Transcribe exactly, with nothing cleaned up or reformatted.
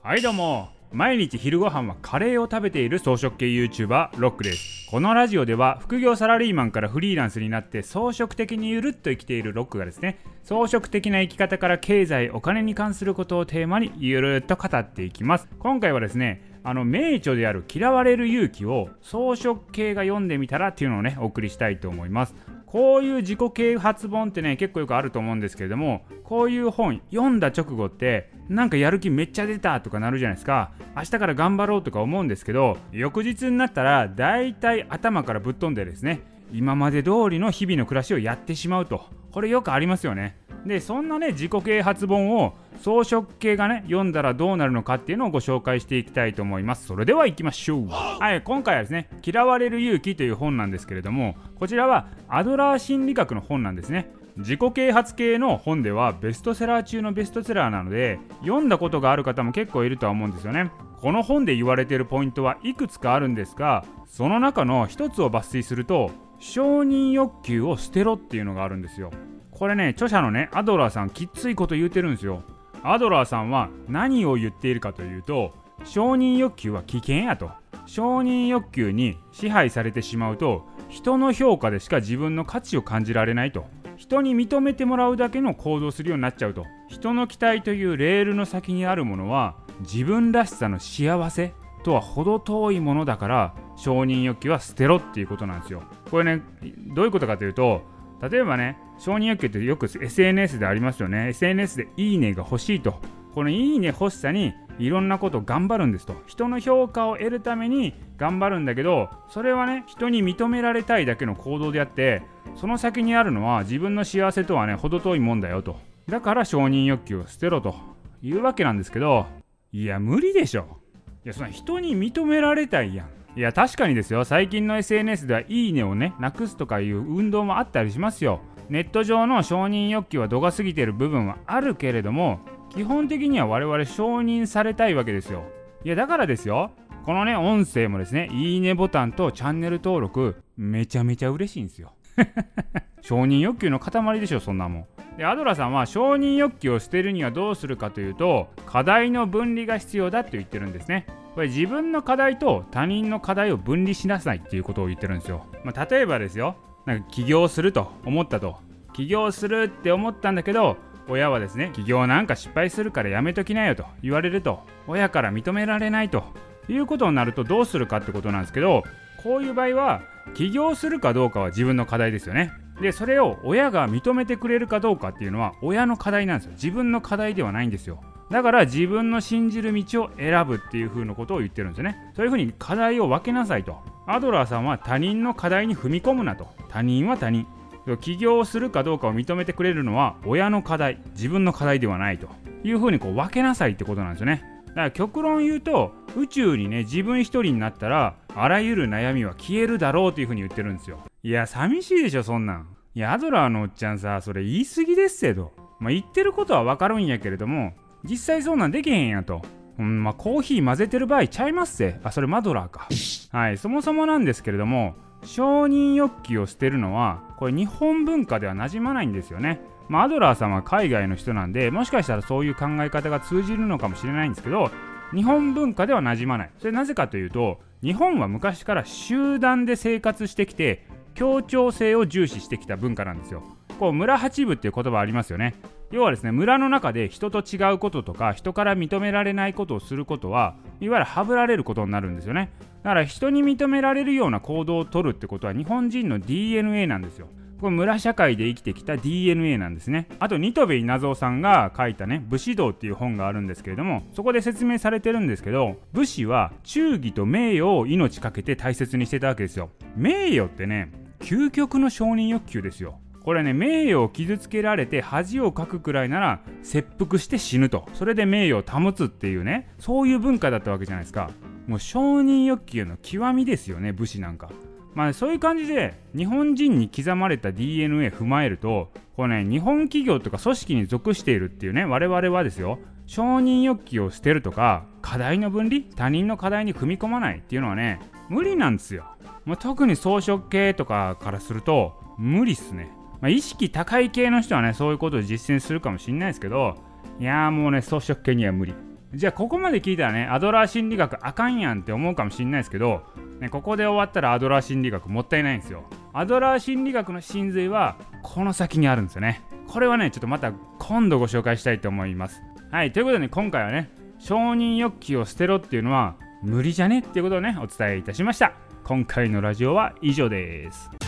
はいどうも、毎日昼ご飯はカレーを食べている草食系 YouTuber ロックです。このラジオでは副業サラリーマンからフリーランスになって草食的にゆるっと生きているロックがですね、草食的な生き方から経済お金に関することをテーマにゆるっと語っていきます。今回はですね、あの名著である嫌われる勇気を草食系が読んでみたらっていうのをねお送りしたいと思います。こういう自己啓発本ってね結構よくあると思うんですけれども、こういう本読んだ直後ってなんかやる気めっちゃ出たとかなるじゃないですか。明日から頑張ろうとか思うんですけど、翌日になったらだいたい頭からぶっ飛んでですね、今まで通りの日々の暮らしをやってしまうと、これよくありますよね。でそんなね自己啓発本を草食系がね読んだらどうなるのかっていうのをご紹介していきたいと思います。それでは行きましょう。はい、今回はですね嫌われる勇気という本なんですけれども、こちらはアドラー心理学の本なんですね。自己啓発系の本ではベストセラー中のベストセラーなので、読んだことがある方も結構いるとは思うんですよね。この本で言われているポイントはいくつかあるんですが、その中の一つを抜粋すると、承認欲求を捨てろっていうのがあるんですよ。これね、著者のねアドラーさんきっついこと言うてるんですよ。アドラーさんは何を言っているかというと、承認欲求は危険やと。承認欲求に支配されてしまうと、人の評価でしか自分の価値を感じられないと。人に認めてもらうだけの行動をするようになっちゃうと。人の期待というレールの先にあるものは自分らしさの幸せとは程遠いものだから、承認欲求は捨てろっていうことなんですよ。これね、どういうことかというと、例えばね、承認欲求ってよく エスエヌエス でありますよね。 エスエヌエス でいいねが欲しいと。このいいね欲しさにいろんなことを頑張るんですと。人の評価を得るために頑張るんだけど、それはね人に認められたいだけの行動であって、その先にあるのは自分の幸せとはね程遠いもんだよと。だから承認欲求を捨てろというわけなんですけど、いや無理でしょ。いやそんな人に認められたいやん。いや確かにですよ、最近の エスエヌエス ではいいねをねなくすとかいう運動もあったりしますよ。ネット上の承認欲求は度が過ぎている部分はあるけれども、基本的には我々承認されたいわけですよ。いやだからですよ、このね音声もですね、いいねボタンとチャンネル登録めちゃめちゃ嬉しいんですよ。承認欲求の塊でしょそんなもん。でアドラさんは承認欲求を捨てるにはどうするかというと、課題の分離が必要だと言ってるんですね。これ自分の課題と他人の課題を分離しなさいっていうことを言ってるんですよ。まあ、例えばですよ、なんか起業すると思ったと。起業するって思ったんだけど、親はですね、起業なんか失敗するからやめときなよと言われると、親から認められないということになるとどうするかってことなんですけど、こういう場合は起業するかどうかは自分の課題ですよね。でそれを親が認めてくれるかどうかっていうのは親の課題なんですよ。自分の課題ではないんですよ。だから自分の信じる道を選ぶっていう風なことを言ってるんですよね。そういう風に課題を分けなさいと。アドラーさんは他人の課題に踏み込むなと。他人は他人。起業するかどうかを認めてくれるのは親の課題、自分の課題ではないという風にこう分けなさいってことなんですよね。だから極論言うと、宇宙にね自分一人になったらあらゆる悩みは消えるだろうという風に言ってるんですよ。いや寂しいでしょそんなん。いやアドラーのおっちゃんさ、それ言い過ぎですけど、まあ、言ってることは分かるんやけれども、実際そんなんできへんやと。うん、まあコーヒー混ぜてる場合ちゃいますぜ。あ、それマドラーか。はい、そもそもなんですけれども、承認欲求を捨てるのはこれ日本文化では馴染まないんですよね。まあ、アドラーさんは海外の人なんで、もしかしたらそういう考え方が通じるのかもしれないんですけど、日本文化では馴染まない。それなぜかというと、日本は昔から集団で生活してきて協調性を重視してきた文化なんですよ。こう村八部っていう言葉ありますよね。要はですね、村の中で人と違うこととか人から認められないことをすることはいわゆるハブられることになるんですよね。だから人に認められるような行動を取るってことは日本人の ディーエヌエー なんですよ。これ村社会で生きてきた ディーエヌエー なんですね。あと新渡戸稲造さんが書いたね武士道っていう本があるんですけれども、そこで説明されてるんですけど、武士は忠義と名誉を命かけて大切にしてたわけですよ。名誉ってね究極の承認欲求ですよ。これね、名誉を傷つけられて恥をかくくらいなら切腹して死ぬと、それで名誉を保つっていうね、そういう文化だったわけじゃないですか。もう承認欲求の極みですよね、武士なんか。まあそういう感じで日本人に刻まれた ディーエヌエー 踏まえると、これね、日本企業とか組織に属しているっていうね我々はですよ、承認欲求を捨てるとか課題の分離、他人の課題に踏み込まないっていうのはね無理なんですよ。まあ、特に草食系とかからすると無理っすね。まあ、意識高い系の人はねそういうことを実践するかもしれないですけど、いやーもうね草食系には無理。 じゃあここまで聞いたらね、アドラー心理学あかんやんって思うかもしれないですけど、ね、ここで終わったらアドラー心理学もったいないんですよ。アドラー心理学の真髄はこの先にあるんですよね。これはねちょっとまた今度ご紹介したいと思います。はい、ということで、ね、今回はね、承認欲求を捨てろっていうのは無理じゃねっていうことをねお伝えいたしました。今回のラジオは以上です。